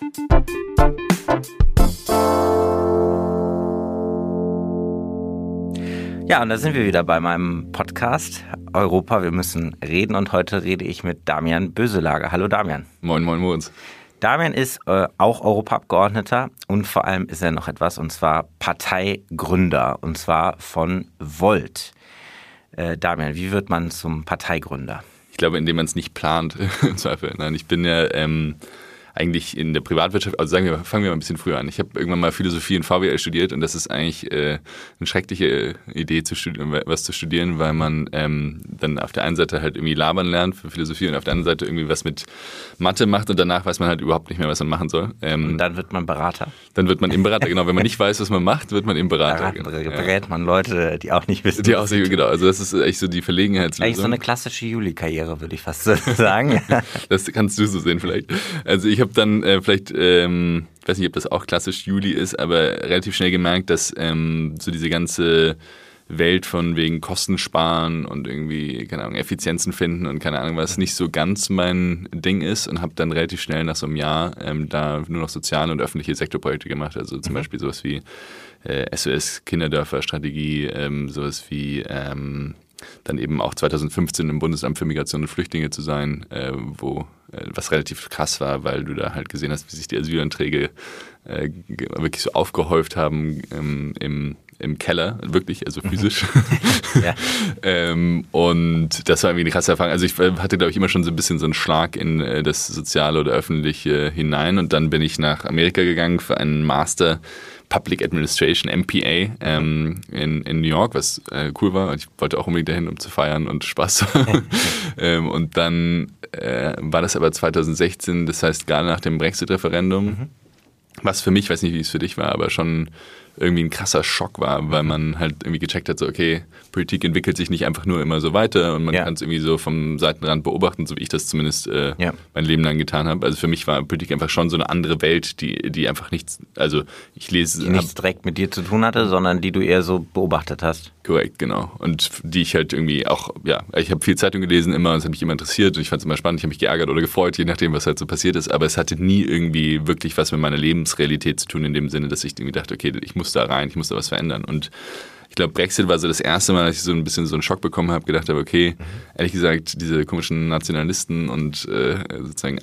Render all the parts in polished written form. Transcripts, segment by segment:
Ja, und da sind wir wieder bei meinem Podcast Europa, wir müssen reden, und heute rede ich mit Damian Böselager. Hallo Damian. Moin, moin, moin. Damian ist auch Europaabgeordneter und vor allem ist er noch etwas, und zwar Parteigründer, und zwar von Volt. Damian, wie wird man zum Parteigründer? Ich glaube, indem man es nicht plant, im Zweifel. Nein, ich bin ja eigentlich in der Privatwirtschaft, also fangen wir mal ein bisschen früher an. Ich habe irgendwann mal Philosophie und VWL studiert, und das ist eigentlich eine schreckliche Idee, was zu studieren, weil man dann auf der einen Seite halt irgendwie labern lernt für Philosophie und auf der anderen Seite irgendwie was mit Mathe macht, und danach weiß man halt überhaupt nicht mehr, was man machen soll. Und dann wird man Berater? Dann wird man eben Berater, genau. Wenn man nicht weiß, was man macht, wird man eben Berater. Berät man Leute, die auch nicht wissen. Genau, also das ist echt so die Verlegenheitslösung. Eigentlich so eine klassische Juli-Karriere, würde ich fast so sagen. Das kannst du so sehen vielleicht. Also ich habe dann ich weiß nicht, ob das auch klassisch Juli ist, aber relativ schnell gemerkt, dass so diese ganze Welt von wegen Kosten sparen und irgendwie, keine Ahnung, Effizienzen finden und keine Ahnung was, nicht so ganz mein Ding ist, und habe dann relativ schnell nach so einem Jahr da nur noch soziale und öffentliche Sektorprojekte gemacht, also zum Beispiel sowas wie SOS Kinderdörfer-Strategie, sowas wie dann eben auch 2015 im Bundesamt für Migration und Flüchtlinge zu sein, was relativ krass war, weil du da halt gesehen hast, wie sich die Asylanträge wirklich so aufgehäuft haben im Keller, wirklich, also physisch. Ja. Und das war irgendwie eine krasse Erfahrung. Also ich hatte, glaube ich, immer schon so ein bisschen so einen Schlag in das Soziale oder Öffentliche hinein, und dann bin ich nach Amerika gegangen für einen Master Public Administration, MPA, in New York, was cool war. Ich wollte auch unbedingt dahin, um zu feiern und Spaß zu haben. Und dann war das aber 2016, das heißt gerade nach dem Brexit-Referendum, was für mich, weiß nicht, wie es für dich war, aber schon irgendwie ein krasser Schock war, weil man halt irgendwie gecheckt hat, so okay, Politik entwickelt sich nicht einfach nur immer so weiter, und man kann es irgendwie so vom Seitenrand beobachten, so wie ich das zumindest mein Leben lang getan habe. Also für mich war Politik einfach schon so eine andere Welt, die einfach nichts, also ich lese... Die nichts direkt mit dir zu tun hatte, sondern die du eher so beobachtet hast. Korrekt, genau. Und die ich halt irgendwie auch, ich habe viel Zeitung gelesen immer, und es hat mich immer interessiert, und ich fand es immer spannend, ich habe mich geärgert oder gefreut, je nachdem, was halt so passiert ist, aber es hatte nie irgendwie wirklich was mit meiner Lebensrealität zu tun, in dem Sinne, dass ich irgendwie dachte, okay, ich muss da rein, ich muss da was verändern. Und ich glaube, Brexit war so das erste Mal, dass ich so ein bisschen so einen Schock bekommen habe, gedacht habe, okay, ehrlich gesagt, diese komischen Nationalisten und sozusagen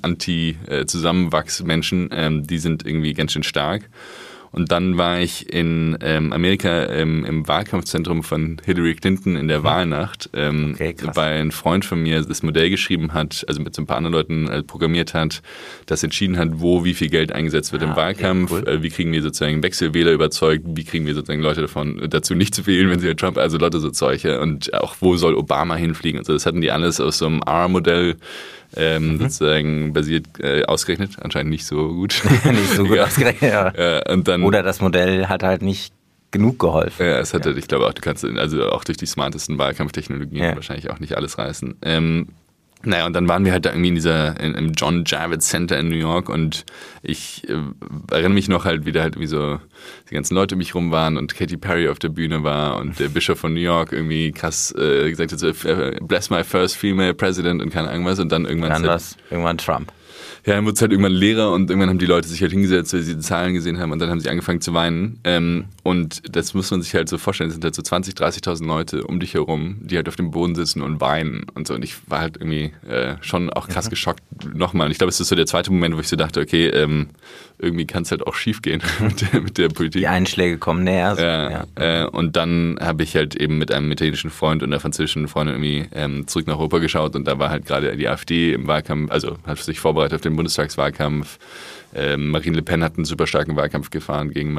Anti-Zusammenwachsmenschen, die sind irgendwie ganz schön stark. Und dann war ich in Amerika im Wahlkampfzentrum von Hillary Clinton in der Wahlnacht, weil ein Freund von mir das Modell geschrieben hat, also mit so ein paar anderen Leuten programmiert hat, das entschieden hat, wo wie viel Geld eingesetzt wird im Wahlkampf, wie kriegen wir sozusagen Wechselwähler überzeugt, wie kriegen wir sozusagen Leute dazu nicht zu wählen, wenn sie halt Trump, also Leute so Zeug, und auch wo soll Obama hinfliegen und so. Das hatten die alles aus so einem R-Modell sozusagen basiert ausgerechnet, anscheinend nicht so gut. Nicht so gut ausgerechnet, ja. Und dann, oder das Modell hat halt nicht genug geholfen. Ja, es hat halt, ich glaube auch, du kannst also auch durch die smartesten Wahlkampftechnologien wahrscheinlich auch nicht alles reißen. Naja, und dann waren wir halt da irgendwie im John Javits Center in New York, und ich erinnere mich noch halt, wie da halt irgendwie so die ganzen Leute um mich rum waren und Katy Perry auf der Bühne war und der Bischof von New York irgendwie krass gesagt hat, so, bless my first female president und keine Ahnung was, und dann irgendwann... Irgendwann Trump. Ja, dann wurde es halt irgendwann Lehrer, und irgendwann haben die Leute sich halt hingesetzt, weil sie die Zahlen gesehen haben, und dann haben sie angefangen zu weinen. Und das muss man sich halt so vorstellen, es sind halt so 20.000, 30.000 Leute um dich herum, die halt auf dem Boden sitzen und weinen und so. Und ich war halt irgendwie schon auch krass geschockt nochmal. Und ich glaube, es ist so der zweite Moment, wo ich so dachte, okay, irgendwie kann es halt auch schief gehen mit der Politik. Die Einschläge kommen näher. Und dann habe ich halt eben mit einem italienischen Freund und einer französischen Freundin irgendwie zurück nach Europa geschaut, und da war halt gerade die AfD im Wahlkampf, also hat sich vorbereitet auf den Bundestagswahlkampf. Marine Le Pen hat einen super starken Wahlkampf gefahren gegen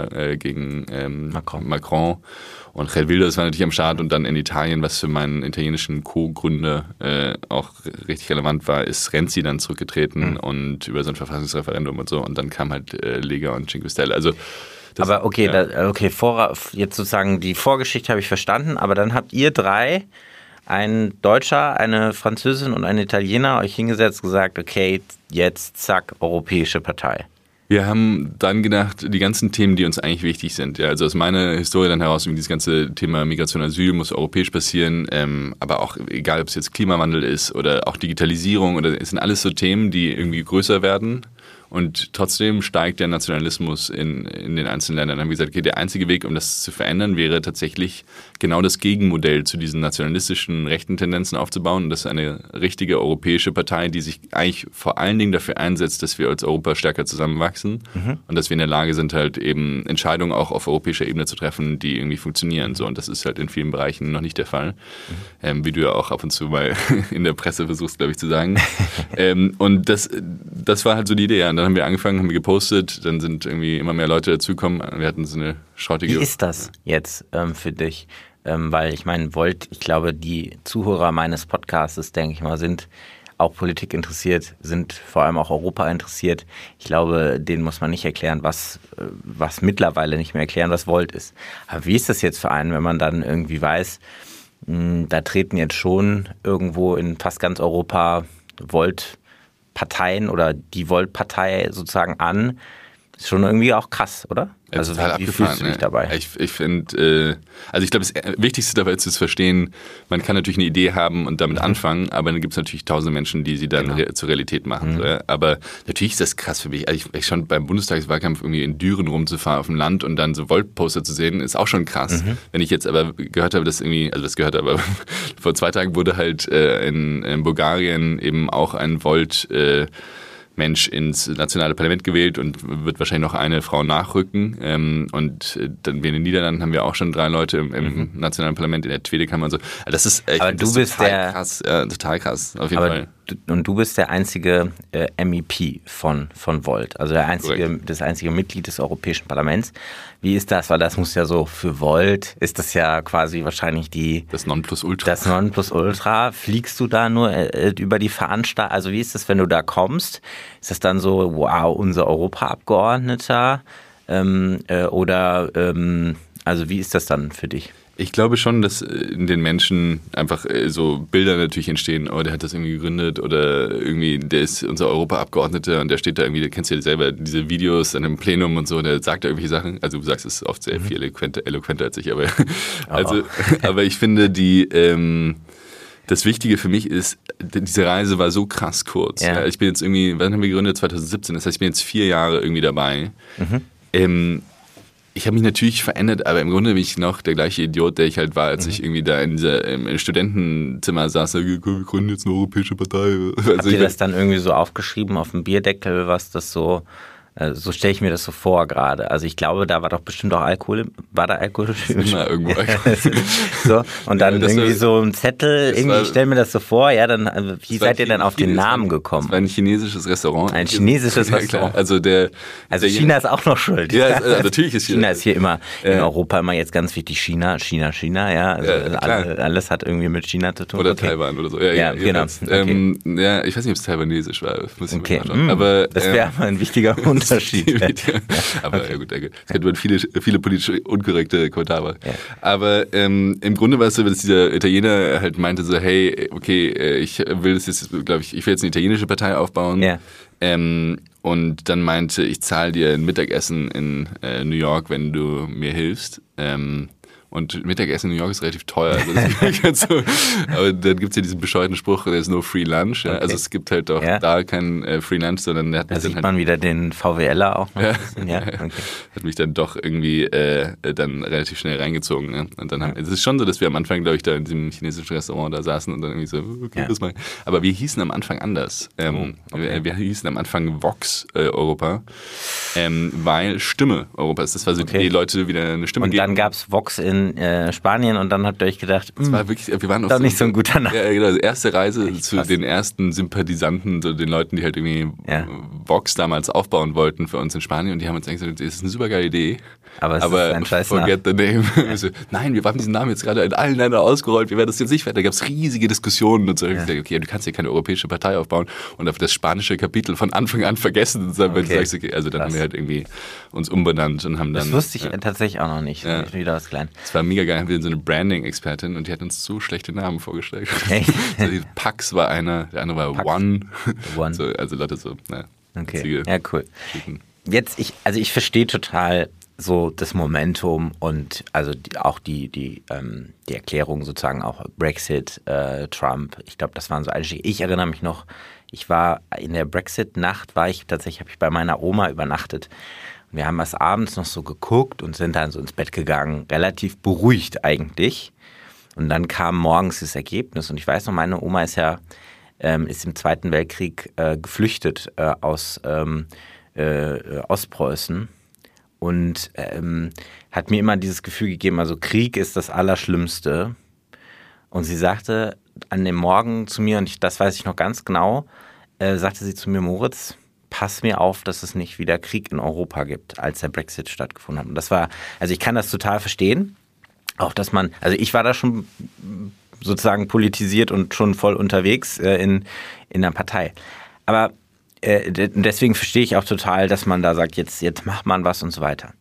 Macron. Und Geert Wilders war natürlich am Start, und dann in Italien, was für meinen italienischen Co-Gründer auch richtig relevant war, ist Renzi dann zurückgetreten und über so ein Verfassungsreferendum und so, und dann kam halt Lega und Cinque Stelle. Also das, aber okay, jetzt sozusagen die Vorgeschichte habe ich verstanden, aber dann habt ihr drei, ein Deutscher, eine Französin und ein Italiener, euch hingesetzt und gesagt, okay, jetzt zack, Europäische Partei. Wir haben dann gedacht, die ganzen Themen, die uns eigentlich wichtig sind, ja, also aus meiner Historie dann heraus, dieses ganze Thema Migration, Asyl muss europäisch passieren, aber auch egal, ob es jetzt Klimawandel ist oder auch Digitalisierung, oder es sind alles so Themen, die irgendwie größer werden Und trotzdem steigt der Nationalismus in den einzelnen Ländern. Dann haben wir gesagt, okay, der einzige Weg, um das zu verändern, wäre tatsächlich genau das Gegenmodell zu diesen nationalistischen rechten Tendenzen aufzubauen. Und das ist eine richtige europäische Partei, die sich eigentlich vor allen Dingen dafür einsetzt, dass wir als Europa stärker zusammenwachsen und dass wir in der Lage sind, halt eben Entscheidungen auch auf europäischer Ebene zu treffen, die irgendwie funktionieren. So, und das ist halt in vielen Bereichen noch nicht der Fall. Wie du ja auch ab und zu mal in der Presse versuchst, glaube ich, zu sagen. Und das war halt so die Idee. Ja. Und dann haben wir angefangen, haben wir gepostet, dann sind irgendwie immer mehr Leute dazugekommen. Wir hatten so eine schrottige... Wie ist das jetzt für dich? Weil ich meine, ich glaube, die Zuhörer meines Podcasts, denke ich mal, sind auch Politik interessiert, sind vor allem auch Europa interessiert. Ich glaube, denen muss man nicht erklären, was mittlerweile nicht mehr erklären, was Volt ist. Aber wie ist das jetzt für einen, wenn man dann irgendwie weiß, da treten jetzt schon irgendwo in fast ganz Europa Volt-Parteien oder die Volt-Partei sozusagen an? Ist schon irgendwie auch krass, oder? Ja, also wie fühlst du dich dabei? Ich finde, also ich glaube, das Wichtigste dabei ist zu verstehen, man kann natürlich eine Idee haben und damit anfangen, aber dann gibt es natürlich tausende Menschen, die sie dann zur Realität machen. Aber natürlich ist das krass für mich. Also ich schon beim Bundestagswahlkampf irgendwie in Düren rumzufahren auf dem Land und dann so Volt-Poster zu sehen, ist auch schon krass. Wenn ich jetzt aber gehört habe, aber vor 2 Tagen wurde halt in Bulgarien eben auch ein Volt Mensch ins nationale Parlament gewählt und wird wahrscheinlich noch eine Frau nachrücken. Und dann in den Niederlanden haben wir auch schon 3 Leute im nationalen Parlament, in der Tweede Kammer und so. Also das ist, aber du bist total krass, ja, total krass, auf jeden Fall. Und du bist der einzige MEP von Volt, also das einzige Mitglied des Europäischen Parlaments. Wie ist das? Weil das muss ja so für Volt, ist das ja quasi wahrscheinlich das Nonplusultra. Das Nonplusultra. Fliegst du da nur über die Veranstaltung? Also wie ist das, wenn du da kommst? Ist das dann so, wow, unser Europaabgeordneter? Also wie ist das dann für dich? Ich glaube schon, dass in den Menschen einfach so Bilder natürlich entstehen, oh, der hat das irgendwie gegründet oder irgendwie, der ist unser Europaabgeordneter und der steht da irgendwie, der kennst du ja selber, diese Videos an einem Plenum und so, der sagt da irgendwelche Sachen, also du sagst es oft sehr viel eloquenter als ich, aber ich finde das Wichtige für mich ist, diese Reise war so krass kurz. Ja. Ja, ich bin jetzt irgendwie, wann haben wir gegründet? 2017, das heißt, ich bin jetzt 4 Jahre irgendwie dabei. Ich habe mich natürlich verändert, aber im Grunde bin ich noch der gleiche Idiot, der ich halt war, als ich irgendwie da im Studentenzimmer saß, wir gründen jetzt eine europäische Partei. Habt ihr das dann irgendwie so aufgeschrieben auf dem Bierdeckel, was das so... So stelle ich mir das so vor gerade. Also ich glaube, da war doch bestimmt auch Alkohol. War da Alkohol? Immer irgendwo Alkohol. So, und dann irgendwie so ein Zettel. Ich stelle mir das so vor. Ja, dann wie seid ihr dann auf den Namen gekommen? Das war ein chinesisches Restaurant. Ein chinesisches Restaurant. Klar. Also China ist auch noch schuld. Ja, natürlich ist China ist hier immer in Europa immer jetzt ganz wichtig. China. Ja, also alles hat irgendwie mit China zu tun. Oder Taiwan oder so. Ja, genau. Ja, ich weiß nicht, ob es taiwanesisch war. Muss ich mal schauen. Aber das wäre ein wichtiger Unterschied. Aber ja gut, danke. Es könnte man viele politisch unkorrekte Kommentare. Ja. Aber im Grunde war es so, dass dieser Italiener halt meinte so, hey, okay, ich will jetzt eine italienische Partei aufbauen. Ja. Und dann meinte, ich zahle dir ein Mittagessen in New York, wenn du mir hilfst. Und Mittagessen in New York ist relativ teuer. Also das so. Aber dann gibt es ja diesen bescheuerten Spruch, there's no free lunch. Ja? Okay. Also es gibt halt auch da kein free lunch, sondern da sieht man wieder den VWLer auch noch ein bisschen. Ja? Okay. Hat mich dann doch irgendwie dann relativ schnell reingezogen. Ne? Und dann es ist schon so, dass wir am Anfang, glaube ich, da in diesem chinesischen Restaurant da saßen und dann irgendwie so, okay, das mal. Aber wir hießen am Anfang anders. Wir hießen am Anfang Vox Europa, weil Stimme Europa ist. Das war so die Leute wieder eine Stimme geben. Und dann gab es Vox in Spanien und dann habt ihr euch gedacht, das war wirklich, wir waren doch nicht so ein guter Name. Ja, genau, erste Reise zu den ersten Sympathisanten, so den Leuten, die halt irgendwie Vox damals aufbauen wollten für uns in Spanien und die haben uns eigentlich gesagt, das ist eine super geile Idee. Aber es ist ein scheiß forget the name. So, nein, wir haben diesen Namen jetzt gerade in allen Ländern ausgerollt, wir werden das jetzt nicht weiter. Da gab es riesige Diskussionen und so. Ich gesagt, okay, du kannst hier keine europäische Partei aufbauen und auf das spanische Kapitel von Anfang an vergessen. Und dann, wenn du sagst, okay, also dann haben wir halt irgendwie uns umbenannt und haben dann... Das wusste ich tatsächlich auch noch nicht. Ja. Wieder was klein. Das war mega geil. Haben wir so eine Branding-Expertin und die hat uns so schlechte Namen vorgeschlagen. Okay. Also Pax war einer, der andere war One. So, also Leute so, Okay, ja, cool. Jetzt, ich verstehe total so das Momentum und also auch die Erklärung sozusagen auch Brexit, Trump. Ich glaube, das waren so Einstiege. Ich erinnere mich noch, ich war in der Brexit-Nacht, habe ich bei meiner Oma übernachtet. Und wir haben erst abends noch so geguckt und sind dann so ins Bett gegangen, relativ beruhigt eigentlich. Und dann kam morgens das Ergebnis. Und ich weiß noch, meine Oma ist im Zweiten Weltkrieg geflüchtet aus Ostpreußen. Und hat mir immer dieses Gefühl gegeben, also Krieg ist das Allerschlimmste. Und sie sagte an dem Morgen zu mir, und das weiß ich noch ganz genau, sagte sie zu mir, Moritz, pass mir auf, dass es nicht wieder Krieg in Europa gibt, als der Brexit stattgefunden hat. Und das war, also ich kann das total verstehen, auch dass also ich war da schon sozusagen politisiert und schon voll unterwegs in der Partei. Aber deswegen verstehe ich auch total, dass man da sagt, jetzt macht man was und so weiter.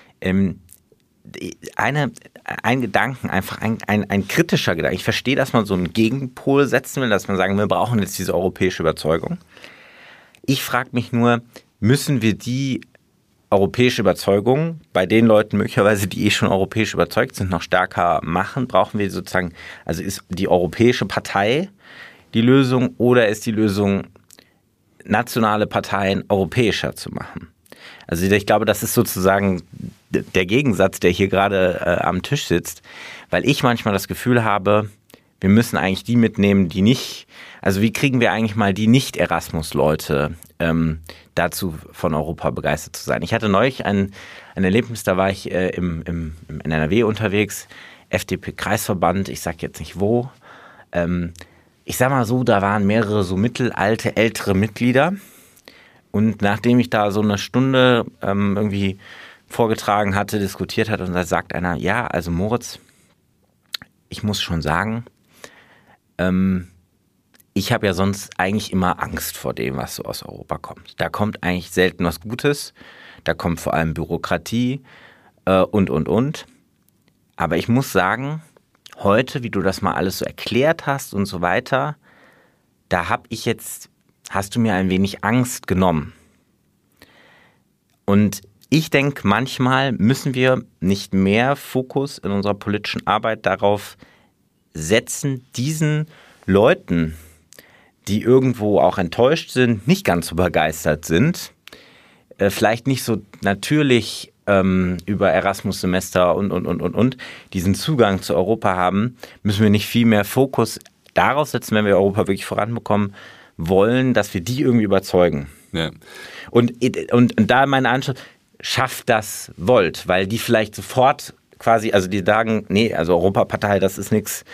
Ein Gedanken, einfach ein kritischer Gedanke. Ich verstehe, dass man so einen Gegenpol setzen will, dass man sagen, wir brauchen jetzt diese europäische Überzeugung. Ich frage mich nur, müssen wir die europäische Überzeugung bei den Leuten möglicherweise, die schon europäisch überzeugt sind, noch stärker machen? Brauchen wir sozusagen, also ist die Europäische Partei die Lösung oder ist die Lösung, nationale Parteien europäischer zu machen? Also ich glaube, das ist sozusagen der Gegensatz, der hier gerade am Tisch sitzt, weil ich manchmal das Gefühl habe, wir müssen eigentlich die mitnehmen, die nicht, also wie kriegen wir eigentlich mal die Nicht-Erasmus-Leute dazu, von Europa begeistert zu sein? Ich hatte neulich ein Erlebnis, da war ich in NRW unterwegs, FDP-Kreisverband, ich sag jetzt nicht wo, ich sag mal so, da waren mehrere so mittelalte, ältere Mitglieder. Und nachdem ich da so eine Stunde irgendwie vorgetragen hatte, diskutiert hatte, und da sagt einer, ja, also Moritz, ich muss schon sagen, ich habe ja sonst eigentlich immer Angst vor dem, was so aus Europa kommt. Da kommt eigentlich selten was Gutes, da kommt vor allem Bürokratie und. Aber ich muss sagen, heute, wie du das mal alles so erklärt hast und so weiter, hast du mir ein wenig Angst genommen. Und ich denke, manchmal müssen wir nicht mehr Fokus in unserer politischen Arbeit darauf setzen, diesen Leuten, die irgendwo auch enttäuscht sind, nicht ganz so begeistert sind, vielleicht nicht so natürlich über Erasmus-Semester und diesen Zugang zu Europa haben, müssen wir nicht viel mehr Fokus darauf setzen, wenn wir Europa wirklich voranbekommen wollen, dass wir die irgendwie überzeugen. Ja. Und da meine Anschluss, schafft das Volt, weil die vielleicht sofort quasi, also die sagen, nee, also Europapartei, das ist nichts,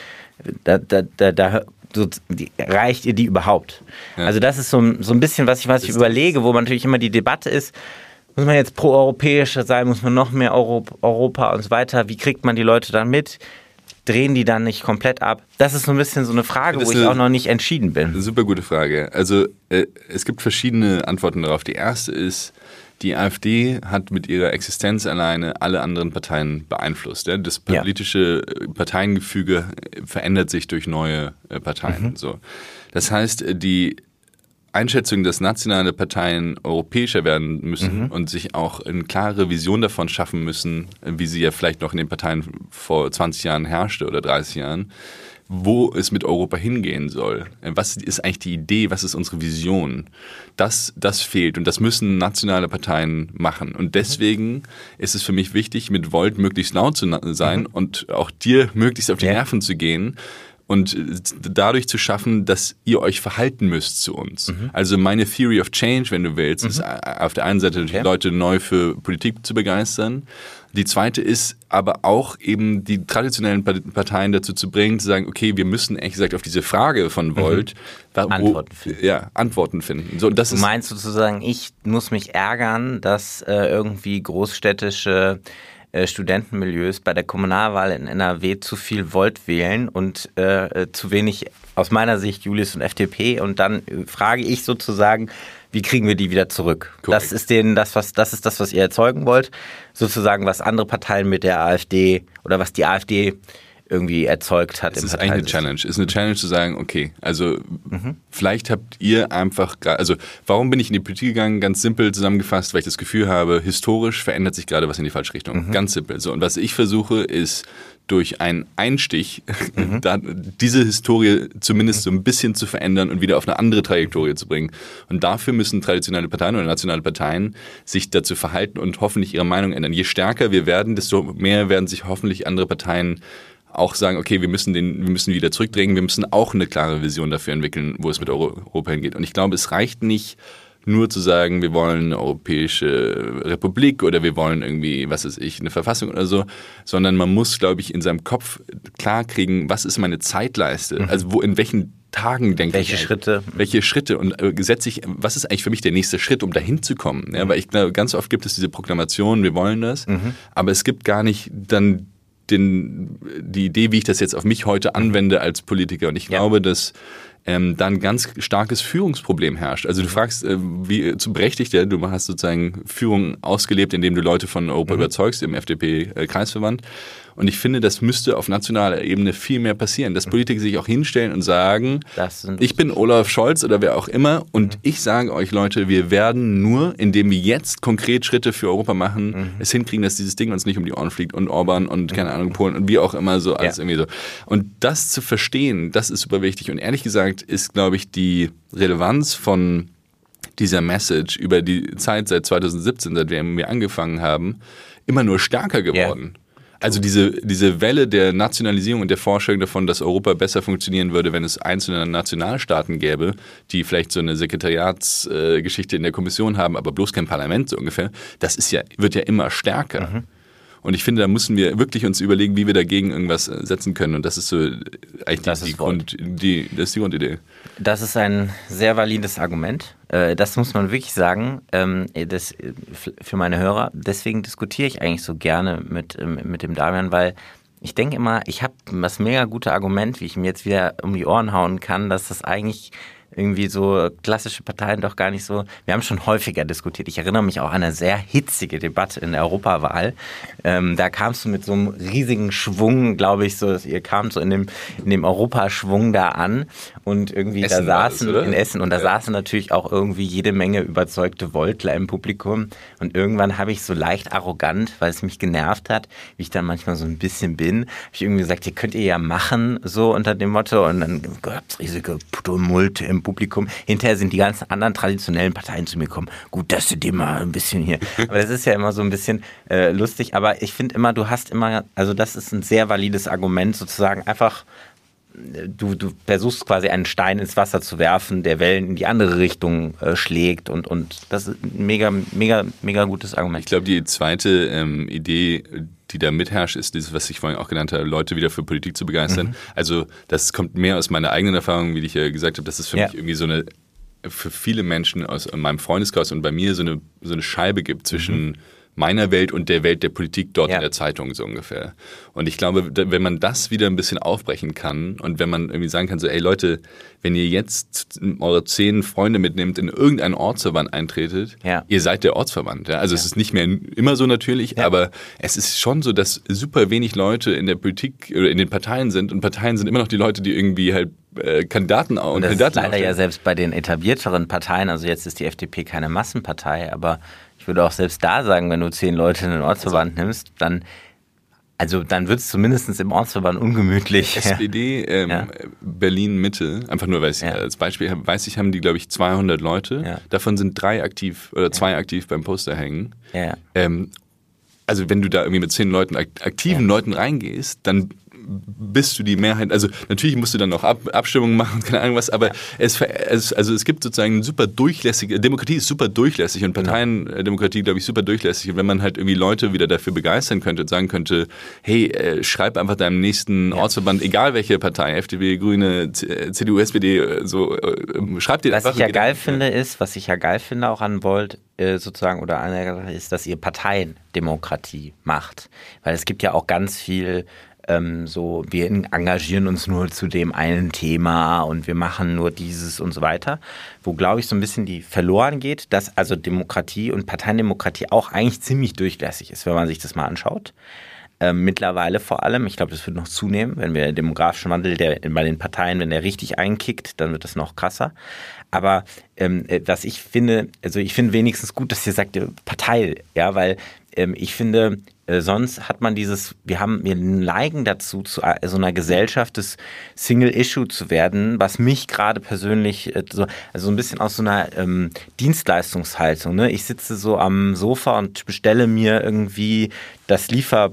reicht ihr die überhaupt? Ja. Also das ist so ein bisschen, was ich überlege, wo man natürlich immer die Debatte ist, muss man jetzt pro-europäischer sein, muss man noch mehr Europa und so weiter, wie kriegt man die Leute dann mit? Drehen die dann nicht komplett ab? Das ist so ein bisschen so eine Frage, wo ich auch noch nicht entschieden bin. Eine super gute Frage. Also es gibt verschiedene Antworten darauf. Die erste ist, die AfD hat mit ihrer Existenz alleine alle anderen Parteien beeinflusst. Ja? Das politische Parteiengefüge verändert sich durch neue Parteien. So. Das heißt, die Einschätzung, dass nationale Parteien europäischer werden müssen und sich auch eine klare Vision davon schaffen müssen, wie sie ja vielleicht noch in den Parteien vor 20 Jahren herrschte oder 30 Jahren, wo es mit Europa hingehen soll. Was ist eigentlich die Idee, was ist unsere Vision? Das fehlt und das müssen nationale Parteien machen. Und deswegen ist es für mich wichtig, mit Volt möglichst laut zu sein und auch dir möglichst auf die Nerven zu gehen, und dadurch zu schaffen, dass ihr euch verhalten müsst zu uns. Also meine Theory of Change, wenn du willst, ist auf der einen Seite Leute neu für Politik zu begeistern. Die zweite ist aber auch eben die traditionellen Parteien dazu zu bringen, zu sagen, okay, wir müssen ehrlich gesagt auf diese Frage von Volt Antworten finden. So, das du meinst sozusagen, ich muss mich ärgern, dass irgendwie großstädtische Studentenmilieus bei der Kommunalwahl in NRW zu viel Volt wählen und zu wenig aus meiner Sicht Julius und FDP, und dann frage ich sozusagen, wie kriegen wir die wieder zurück? Korrekt. Das ist das, was ihr erzeugen wollt, sozusagen, was andere Parteien mit der AfD oder was die AfD irgendwie erzeugt hat. Es ist eigentlich eine Challenge. Es ist eine Challenge zu sagen, okay, also vielleicht habt ihr einfach, also warum bin ich in die Politik gegangen? Ganz simpel zusammengefasst, weil ich das Gefühl habe, historisch verändert sich gerade was in die falsche Richtung. Ganz simpel. So, und was ich versuche, ist durch einen Einstich diese Historie zumindest so ein bisschen zu verändern und wieder auf eine andere Trajektorie zu bringen. Und dafür müssen traditionelle Parteien oder nationale Parteien sich dazu verhalten und hoffentlich ihre Meinung ändern. Je stärker wir werden, desto mehr werden sich hoffentlich andere Parteien auch sagen, okay, wir müssen wieder zurückdrängen, wir müssen auch eine klare Vision dafür entwickeln, wo es mit Europa hingeht. Und ich glaube, es reicht nicht, nur zu sagen, wir wollen eine europäische Republik oder wir wollen irgendwie, was weiß ich, eine Verfassung oder so, sondern man muss, glaube ich, in seinem Kopf klar kriegen, was ist meine Zeitleiste? Also in welchen Tagen denke ich? Welche Schritte? Und was ist eigentlich für mich der nächste Schritt, um dahin zu kommen? Ja, weil ich glaube, ganz oft gibt es diese Proklamation, wir wollen das, aber es gibt gar nicht dann die Idee, wie ich das jetzt auf mich heute anwende als Politiker. Und ich glaube, dass da ein ganz starkes Führungsproblem herrscht. Also du fragst, wie zu berechtigt, ja, du hast sozusagen Führung ausgelebt, indem du Leute von Europa überzeugst, im FDP-Kreisverband. Und ich finde, das müsste auf nationaler Ebene viel mehr passieren, dass Politiker sich auch hinstellen und sagen, ich bin Olaf Scholz oder wer auch immer und ich sage euch Leute, wir werden nur, indem wir jetzt konkret Schritte für Europa machen, es hinkriegen, dass dieses Ding uns nicht um die Ohren fliegt und Orban und keine Ahnung, Polen und wie auch immer so alles irgendwie so. Und das zu verstehen, das ist super wichtig. Und ehrlich gesagt ist, glaube ich, die Relevanz von dieser Message über die Zeit seit 2017, seitdem wir angefangen haben, immer nur stärker geworden. Yeah. Also diese Welle der Nationalisierung und der Vorstellung davon, dass Europa besser funktionieren würde, wenn es einzelne Nationalstaaten gäbe, die vielleicht so eine Sekretariatsgeschichte in der Kommission haben, aber bloß kein Parlament so ungefähr, wird ja immer stärker. Und ich finde, da müssen wir wirklich uns überlegen, wie wir dagegen irgendwas setzen können. Und das ist so eigentlich die Grundidee. Das ist ein sehr valides Argument. Das muss man wirklich sagen, für meine Hörer. Deswegen diskutiere ich eigentlich so gerne mit dem Damian, weil ich denke immer, ich habe das mega gute Argument, wie ich mir jetzt wieder um die Ohren hauen kann, dass das eigentlich irgendwie so klassische Parteien doch gar nicht so. Wir haben schon häufiger diskutiert. Ich erinnere mich auch an eine sehr hitzige Debatte in der Europawahl. Da kamst du mit so einem riesigen Schwung, glaube ich, so, ihr kamt so in dem Europaschwung da an und irgendwie Essen da saßen in Essen und da saßen natürlich auch irgendwie jede Menge überzeugte Voltler im Publikum und irgendwann habe ich so leicht arrogant, weil es mich genervt hat, wie ich dann manchmal so ein bisschen bin, habe ich irgendwie gesagt, hier könnt ihr ja machen, so unter dem Motto und dann gab es riesige Tumulte im Publikum. Hinterher sind die ganzen anderen traditionellen Parteien zu mir gekommen. Gut, dass du dir mal ein bisschen hier. Aber das ist ja immer so ein bisschen lustig. Aber ich finde immer, du hast immer, also das ist ein sehr valides Argument, sozusagen einfach, du versuchst quasi einen Stein ins Wasser zu werfen, der Wellen in die andere Richtung schlägt und das ist ein mega, mega, mega gutes Argument. Ich glaube, die zweite Idee, die da mitherrscht, ist dieses, was ich vorhin auch genannt habe, Leute wieder für Politik zu begeistern. Also das kommt mehr aus meiner eigenen Erfahrung, wie ich ja gesagt habe, dass es für mich irgendwie so eine, für viele Menschen aus meinem Freundeskreis und bei mir so eine Scheibe gibt zwischen meiner Welt und der Welt der Politik dort in der Zeitung so ungefähr. Und ich glaube, wenn man das wieder ein bisschen aufbrechen kann und wenn man irgendwie sagen kann, so, ey Leute, wenn ihr jetzt eure 10 Freunde mitnehmt, in irgendeinen Ortsverband eintretet, ihr seid der Ortsverband. Ja? Also es ist nicht mehr immer so natürlich, aber es ist schon so, dass super wenig Leute in der Politik oder in den Parteien sind und Parteien sind immer noch die Leute, die irgendwie halt Kandidaten und das Kandidaten ist leider ja selbst bei den etablierteren Parteien, also jetzt ist die FDP keine Massenpartei, aber ich würde auch selbst da sagen, wenn du 10 Leute in den Ortsverband nimmst, dann wird es zumindest im Ortsverband ungemütlich. SPD Berlin-Mitte, einfach nur, weil ich als Beispiel weiß ich, haben die, glaube ich, 200 Leute. Ja. Davon sind 3 aktiv oder 2 aktiv beim Poster hängen. Ja. Also wenn du da irgendwie mit 10 Leuten, aktiven Leuten reingehst, dann bist du die Mehrheit, also natürlich musst du dann noch Abstimmungen machen, keine Ahnung was, aber es gibt sozusagen super durchlässige, Demokratie ist super durchlässig und Parteiendemokratie, glaube ich, super durchlässig. Und wenn man halt irgendwie Leute wieder dafür begeistern könnte und sagen könnte, hey, schreib einfach deinem nächsten Ortsverband, egal welche Partei, FDP, Grüne, CDU, SPD, so, schreib dir einfach. Was ich ja geil finde auch an Volt, sozusagen, oder einer ist, dass ihr Parteiendemokratie macht. Weil es gibt ja auch ganz viel wir engagieren uns nur zu dem einen Thema und wir machen nur dieses und so weiter, wo, glaube ich, so ein bisschen die verloren geht, dass also Demokratie und Parteiendemokratie auch eigentlich ziemlich durchlässig ist, wenn man sich das mal anschaut. Mittlerweile vor allem. Ich glaube, das wird noch zunehmen, wenn wir den demografischen Wandel, der bei den Parteien, wenn der richtig einkickt, dann wird das noch krasser. Aber was ich finde, also ich finde wenigstens gut, dass ihr sagt, Partei, ja, weil ich finde, sonst hat man wir neigen dazu, zu so einer Gesellschaft des Single-Issue zu werden, was mich gerade persönlich also ein bisschen aus so einer Dienstleistungshaltung, ne? Ich sitze so am Sofa und bestelle mir irgendwie das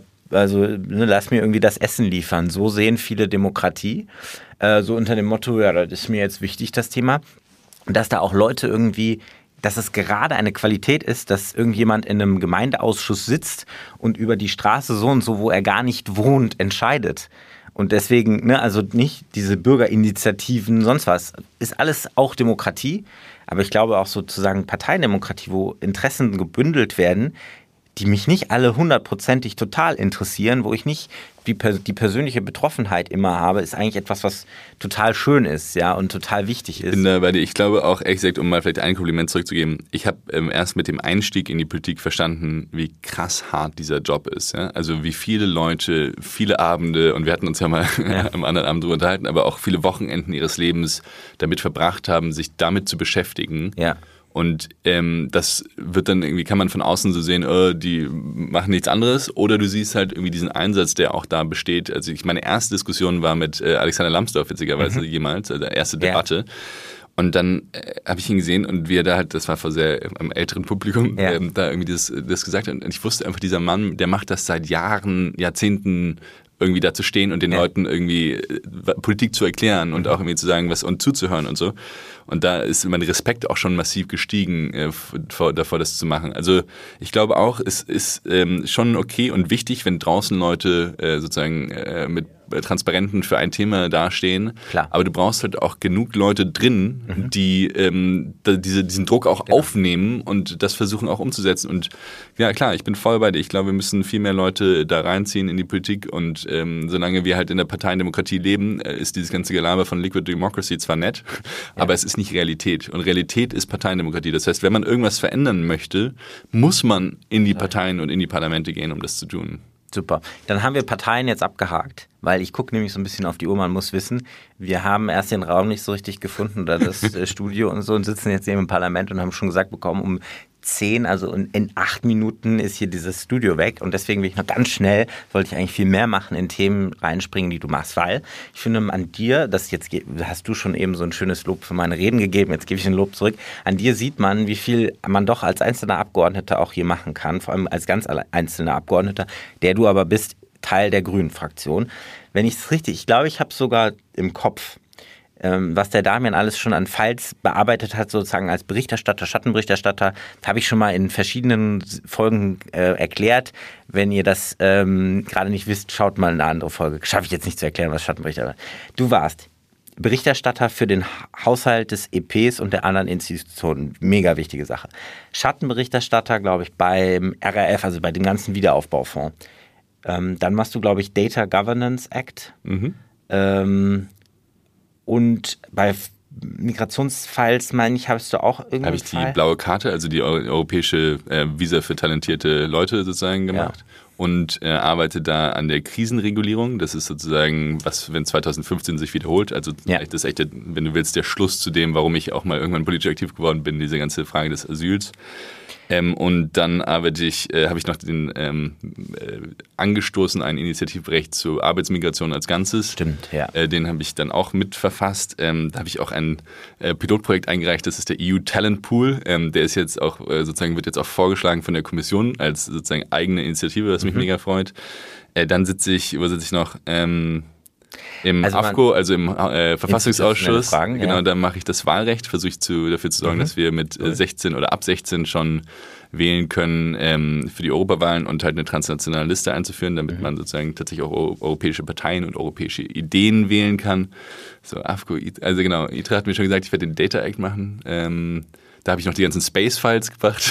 lass mir irgendwie das Essen liefern. So sehen viele Demokratie. So unter dem Motto, ja, das ist mir jetzt wichtig, das Thema. Und dass da auch Leute irgendwie, dass es gerade eine Qualität ist, dass irgendjemand in einem Gemeindeausschuss sitzt und über die Straße so und so, wo er gar nicht wohnt, entscheidet. Und deswegen, ne, also nicht diese Bürgerinitiativen, sonst was, ist alles auch Demokratie. Aber ich glaube auch sozusagen Parteiendemokratie, wo Interessen gebündelt werden, die mich nicht alle hundertprozentig total interessieren, wo ich nicht die persönliche Betroffenheit immer habe, ist eigentlich etwas, was total schön ist, ja, und total wichtig ist. Ich bin da bei dir. Ich glaube auch, ehrlich gesagt, um mal vielleicht ein Kompliment zurückzugeben, ich habe erst mit dem Einstieg in die Politik verstanden, wie krass hart dieser Job ist. Ja? Also wie viele Leute, viele Abende, und wir hatten uns ja mal am anderen Abend drüber unterhalten, aber auch viele Wochenenden ihres Lebens damit verbracht haben, sich damit zu beschäftigen. Ja. Und das wird dann irgendwie, kann man von außen so sehen, die machen nichts anderes. Oder du siehst halt irgendwie diesen Einsatz, der auch da besteht. Also meine erste Diskussion war mit Alexander Lambsdorff, witzigerweise jemals, also erste Debatte. Und dann habe ich ihn gesehen und wie er da halt, das war vor am älteren Publikum, da irgendwie das gesagt hat. Und ich wusste einfach, dieser Mann, der macht das seit Jahren, Jahrzehnten, irgendwie da zu stehen und den Leuten irgendwie Politik zu erklären und auch irgendwie zu sagen, was und zuzuhören und so. Und da ist mein Respekt auch schon massiv gestiegen, davor das zu machen. Also ich glaube auch, es ist schon okay und wichtig, wenn draußen Leute sozusagen mit Transparenten für ein Thema dastehen. Klar. Aber du brauchst halt auch genug Leute drin, die diesen Druck auch aufnehmen und das versuchen auch umzusetzen. Und ja, klar, ich bin voll bei dir. Ich glaube, wir müssen viel mehr Leute da reinziehen in die Politik. Und solange wir halt in der Parteiendemokratie leben, ist dieses ganze Gelaber von Liquid Democracy zwar nett, aber es ist nicht Realität. Und Realität ist Parteiendemokratie. Das heißt, wenn man irgendwas verändern möchte, muss man in die Parteien und in die Parlamente gehen, um das zu tun. Super. Dann haben wir Parteien jetzt abgehakt, weil ich gucke nämlich so ein bisschen auf die Uhr. Man muss wissen, wir haben erst den Raum nicht so richtig gefunden oder das Studio und so und sitzen jetzt eben im Parlament und haben schon gesagt bekommen, um 10, also in 8 Minuten ist hier dieses Studio weg und deswegen will ich noch ganz schnell, wollte ich eigentlich viel mehr machen, in Themen reinspringen, die du machst, weil ich finde an dir, hast du schon eben so ein schönes Lob für meine Reden gegeben, jetzt gebe ich ein Lob zurück, an dir sieht man, wie viel man doch als einzelner Abgeordneter auch hier machen kann, vor allem als ganz einzelner Abgeordneter, der du aber bist, Teil der Grünen-Fraktion. Wenn ich es richtig, ich glaube, ich habe sogar im Kopf, was der Damian alles schon an Files bearbeitet hat, sozusagen als Berichterstatter, Schattenberichterstatter, habe ich schon mal in verschiedenen Folgen erklärt. Wenn ihr das gerade nicht wisst, schaut mal eine andere Folge. Schaffe ich jetzt nicht zu erklären, was Schattenberichterstatter ist. Du warst Berichterstatter für den Haushalt des EPs und der anderen Institutionen. Mega wichtige Sache. Schattenberichterstatter, glaube ich, beim RRF, also bei dem ganzen Wiederaufbaufonds. Dann machst du, glaube ich, Data Governance Act. Und bei Migrationsfiles, meine ich, hast du auch irgendwie. Habe ich die blaue Karte, also die europäische Visa für talentierte Leute sozusagen gemacht. Ja. Und arbeite da an der Krisenregulierung. Das ist sozusagen, was, wenn 2015 sich wiederholt. Also das ist echt, wenn du willst, der Schluss zu dem, warum ich auch mal irgendwann politisch aktiv geworden bin, diese ganze Frage des Asyls. Und dann habe ich noch den angestoßen, ein Initiativrecht zur Arbeitsmigration als Ganzes. Stimmt, ja. Den habe ich dann auch mitverfasst. Da habe ich auch ein Pilotprojekt eingereicht, das ist der EU Talent Pool. Der ist jetzt auch sozusagen, wird jetzt auch vorgeschlagen von der Kommission als sozusagen eigene Initiative, was mich mega freut. Dann wo sitze ich noch? Im AFCO, also im Verfassungsausschuss, Fragen, genau, da mache ich das Wahlrecht, versuche ich dafür zu sorgen, dass wir mit 16 oder ab 16 schon wählen können für die Europawahlen und halt eine transnationale Liste einzuführen, damit man sozusagen tatsächlich auch europäische Parteien und europäische Ideen wählen kann. So, AFCO, also genau, ITRA hat mir schon gesagt, ich werde den Data Act machen. Da habe ich noch die ganzen Space-Files gebracht.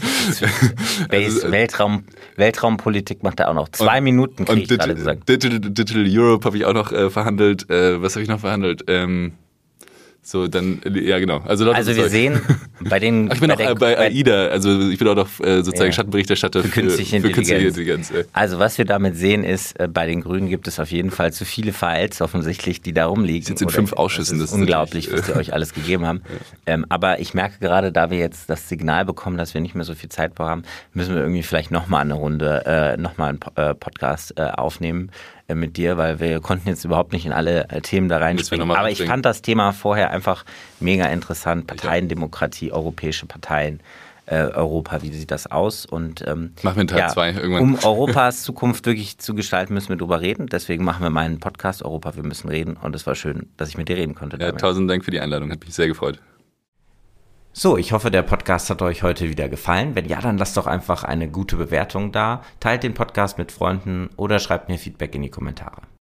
Weltraumpolitik macht er auch noch. 2 Minuten kriege ich gerade gesagt. Digital Europe habe ich auch noch verhandelt. Was habe ich noch verhandelt? So, dann, ja genau. Also wir sehen bei den... Ich bin auch bei AIDA, also ich bin auch noch sozusagen Schattenberichterstatter für künstliche Intelligenz. Also was wir damit sehen ist, bei den Grünen gibt es auf jeden Fall zu viele Files offensichtlich, die da rumliegen. Jetzt in 5 Ausschüssen. Das ist unglaublich, was die euch alles gegeben haben. Ja. Aber ich merke gerade, da wir jetzt das Signal bekommen, dass wir nicht mehr so viel Zeit haben, müssen wir irgendwie vielleicht nochmal eine Runde, nochmal einen Podcast aufnehmen mit dir, weil wir konnten jetzt überhaupt nicht in alle Themen da reinspringen. Aber ich fand das Thema vorher einfach mega interessant. Parteiendemokratie, europäische Parteien, Europa, wie sieht das aus? Und machen wir einen Teil 2 irgendwann. Um Europas Zukunft wirklich zu gestalten, müssen wir drüber reden. Deswegen machen wir meinen Podcast Europa, wir müssen reden. Und es war schön, dass ich mit dir reden konnte. Ja, tausend Dank für die Einladung, hat mich sehr gefreut. So, ich hoffe, der Podcast hat euch heute wieder gefallen. Wenn ja, dann lasst doch einfach eine gute Bewertung da, teilt den Podcast mit Freunden oder schreibt mir Feedback in die Kommentare.